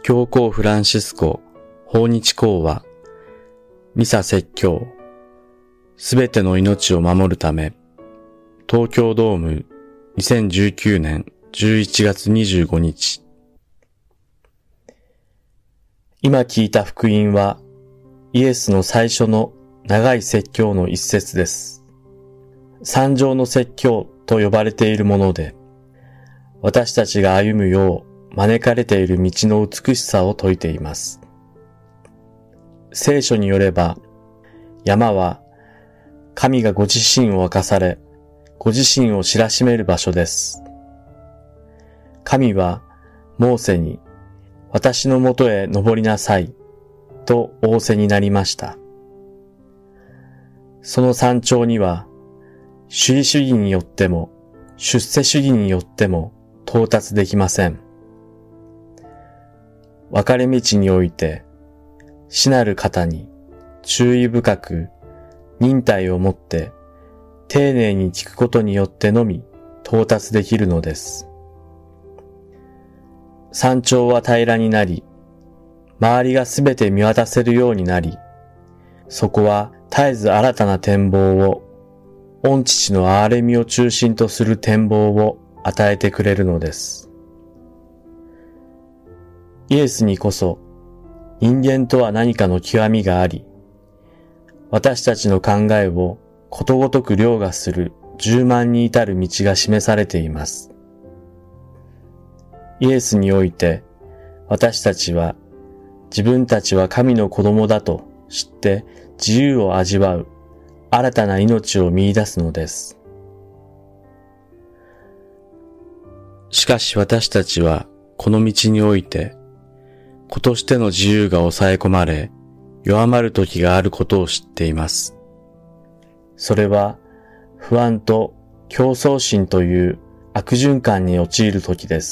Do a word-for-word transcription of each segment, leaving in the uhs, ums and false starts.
教皇フランシスコ訪日講話、ミサ説教、すべての命を守るため、東京ドームにせんじゅうきゅうねんじゅういちがつにじゅうごにち。今聞いた福音は、イエスの最初の長い説教の一節です。三条の説教と呼ばれているもので、私たちが歩むよう招かれている道の美しさを説いています。聖書によれば、山は神がご自身を明かされ、ご自身を知らしめる場所です。神はモーセに、私のもとへ登りなさい、と仰せになりました。その山頂には、主義主義によっても、出世主義によっても到達できません。分かれ道において、死なる方に注意深く、忍耐をもって、丁寧に聞くことによってのみ到達できるのです。山頂は平らになり、周りがすべて見渡せるようになり、そこは絶えず新たな展望を、御父の憐れみを中心とする展望を与えてくれるのです。イエスにこそ人間とは何かの極みがあり、私たちの考えをことごとく凌駕する充満に至る道が示されています。イエスにおいて私たちは自分たちは神の子供だと知って自由を味わう新たな命を見出すのです。しかし私たちはこの道において子としての自由が抑え込まれ弱まる時があることを知っています。それは不安と競争心という悪循環に陥る時です。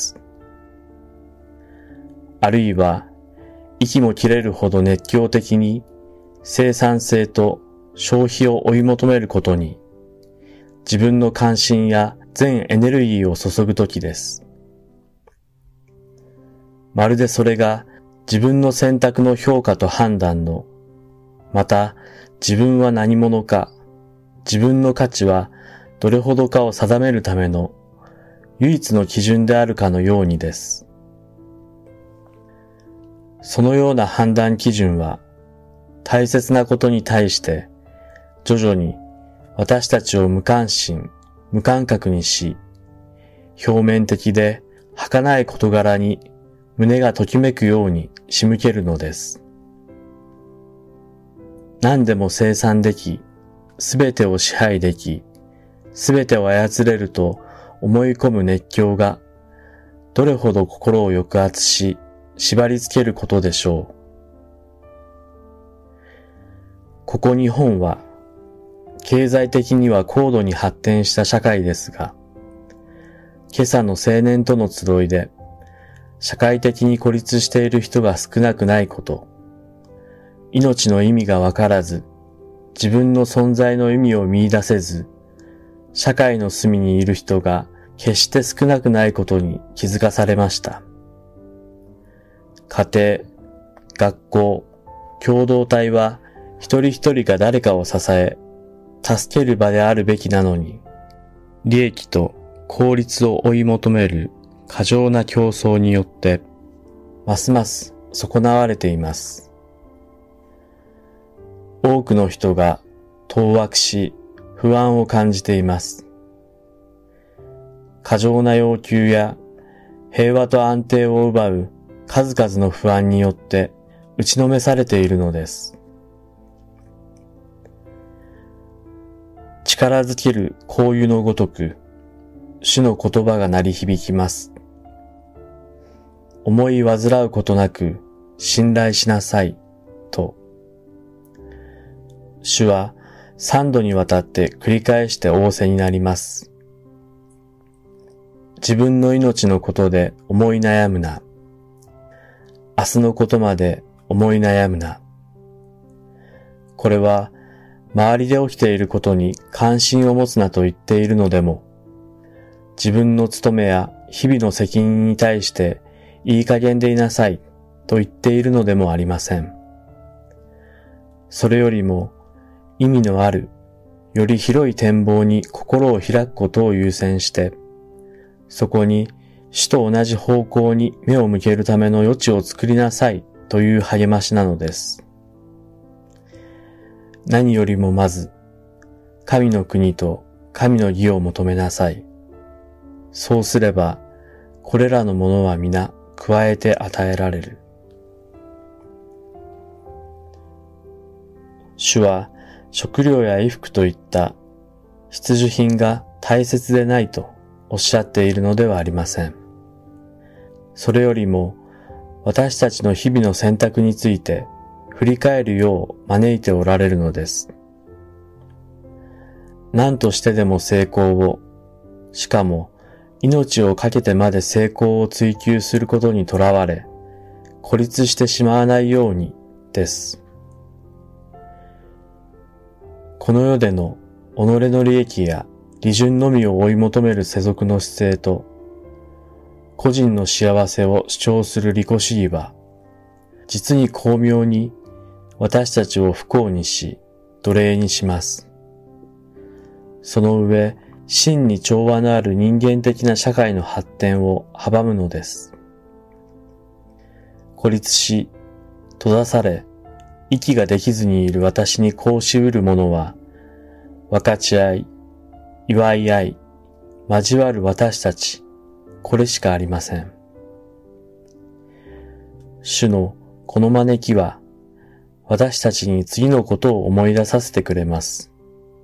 あるいは息も切れるほど熱狂的に生産性と消費を追い求めることに自分の関心や全エネルギーを注ぐ時です。まるでそれが自分の選択の評価と判断の、また自分は何者か、自分の価値はどれほどかを定めるための唯一の基準であるかのようにです。そのような判断基準は大切なことに対して徐々に私たちを無関心、無感覚にし、表面的で儚い事柄に胸がときめくように仕向けるのです。何でも生産でき、すべてを支配でき、すべてを操れると思い込む熱狂が、どれほど心を抑圧し、縛り付けることでしょう。ここ日本は、経済的には高度に発展した社会ですが、今朝の青年との集いで、社会的に孤立している人が少なくないこと、命の意味がわからず、自分の存在の意味を見出せず、社会の隅にいる人が決して少なくないことに気づかされました。家庭、学校、共同体は一人一人が誰かを支え、助ける場であるべきなのに、利益と効率を追い求める過剰な競争によって、ますます損なわれています。多くの人が当惑し、不安を感じています。過剰な要求や平和と安定を奪う数々の不安によって打ちのめされているのです。力づける香油のごとく、主の言葉が鳴り響きます。思い煩うことなく信頼しなさい、と。主は三度にわたって繰り返して仰せになります。自分の命のことで思い悩むな。明日のことまで思い悩むな。これは周りで起きていることに関心を持つなと言っているのでも、自分の務めや日々の責任に対していい加減でいなさいと言っているのでもありません。それよりも意味のある、より広い展望に心を開くことを優先して、そこに主と同じ方向に目を向けるための余地を作りなさいという励ましなのです。何よりもまず、神の国と神の義を求めなさい。そうすれば、これらのものは皆加えて与えられる。主は食料や衣服といった必需品が大切でないとおっしゃっているのではありません。それよりも私たちの日々の選択について振り返るよう招いておられるのです。何としてでも成功を、しかも命を懸けてまで成功を追求することにとらわれ、孤立してしまわないようにです。この世での己の利益や利潤のみを追い求める世俗の姿勢と、個人の幸せを主張する利己主義は、実に巧妙に私たちを不幸にし、奴隷にします。その上、真に調和のある人間的な社会の発展を阻むのです。孤立し、閉ざされ、息ができずにいる私にこうしうるものは、分かち合い、祝い合い、交わる私たち、これしかありません。主のこの招きは、私たちに次のことを思い出させてくれます。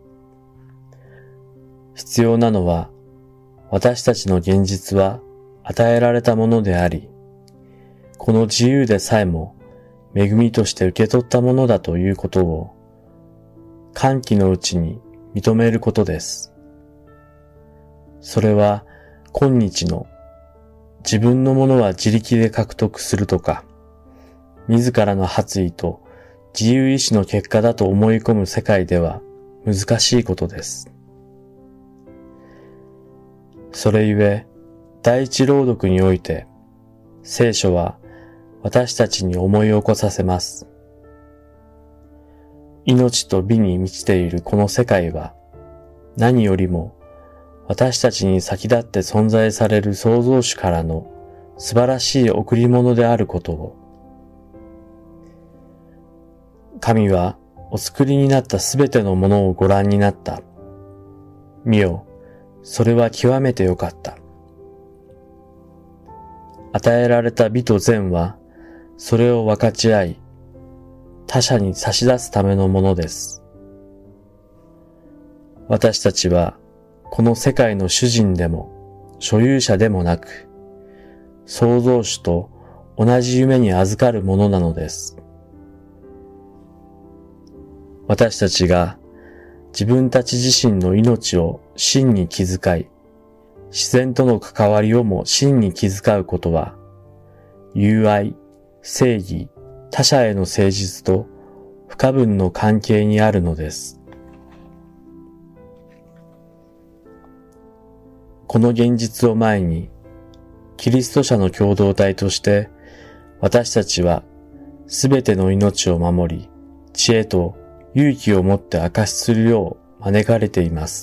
必要なのは、私たちの現実は与えられたものであり、この自由でさえも恵みとして受け取ったものだということを、歓喜のうちに認めることです。それは今日の自分のものは自力で獲得するとか、自らの発意と自由意志の結果だと思い込む世界では難しいことです。それゆえ、第一朗読において、聖書は私たちに思い起こさせます。命と美に満ちているこの世界は、何よりも私たちに先立って存在される創造主からの素晴らしい贈り物であることを、神はお作りになったすべてのものをご覧になった。見よ、それは極めてよかった。与えられた美と善は、それを分かち合い、他者に差し出すためのものです。私たちは、この世界の主人でも、所有者でもなく、創造主と同じ夢に預かるものなのです。私たちが自分たち自身の命を真に気遣い、自然との関わりをも真に気遣うことは、友愛、正義、他者への誠実と不可分の関係にあるのです。この現実を前に、キリスト者の共同体として、私たちはすべての命を守り、知恵と勇気を持って証しするよう招かれています。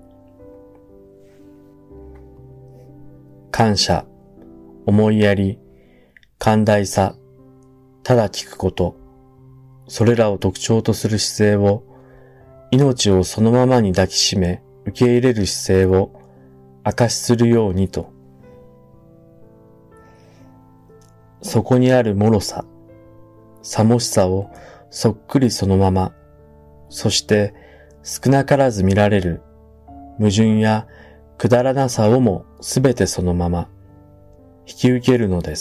感謝、思いやり、寛大さ、ただ聞くこと、それらを特徴とする姿勢を、命をそのままに抱きしめ、受け入れる姿勢を証しするようにと。そこにある脆さ、さもしさをそっくりそのまま、そして少なからず見られる矛盾やくだらなさをもすべてそのまま引き受けるのです。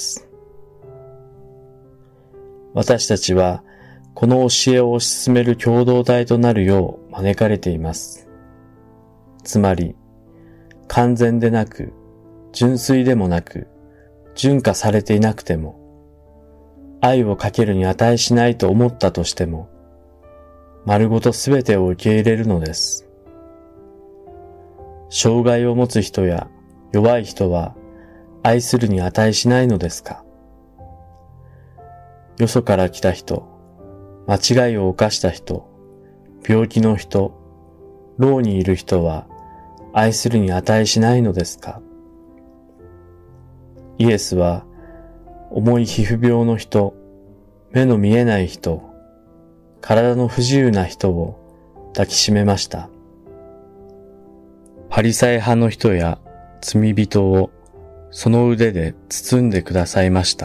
私たちはこの教えを推し進める共同体となるよう招かれています。つまり、完全でなく、純粋でもなく、純化されていなくても、愛をかけるに値しないと思ったとしても、丸ごとすべてを受け入れるのです。障害を持つ人や弱い人は愛するに値しないのですか？ よそから来た人、間違いを犯した人、病気の人、牢にいる人は愛するに値しないのですか？イエスは重い皮膚病の人、目の見えない人、体の不自由な人を抱きしめました。パリサイ派の人や罪人をその腕で包んでくださいました。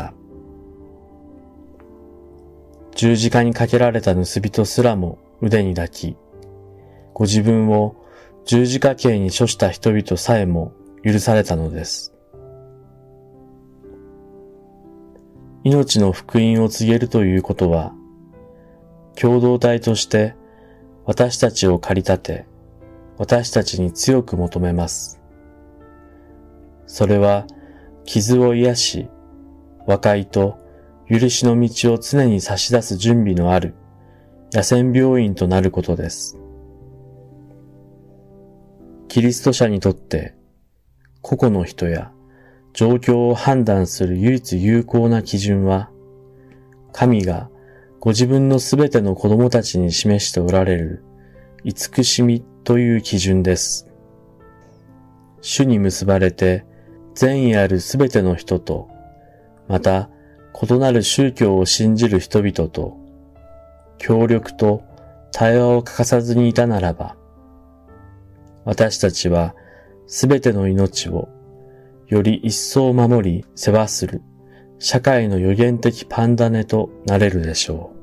十字架にかけられた盗人すらも腕に抱き、ご自分を十字架刑に処した人々さえも許されたのです。命の福音を告げるということは、共同体として私たちを駆り立て、私たちに強く求めます。それは傷を癒し、和解と許しの道を常に差し出す準備のある野戦病院となることです。キリスト者にとって個々の人や状況を判断する唯一有効な基準は、神がご自分のすべての子供たちに示しておられる慈しみという基準です。主に結ばれて善意あるすべての人と、また異なる宗教を信じる人々と、協力と対話を欠かさずにいたならば、私たちはすべての命をより一層守り世話する社会の予言的パンダネとなれるでしょう。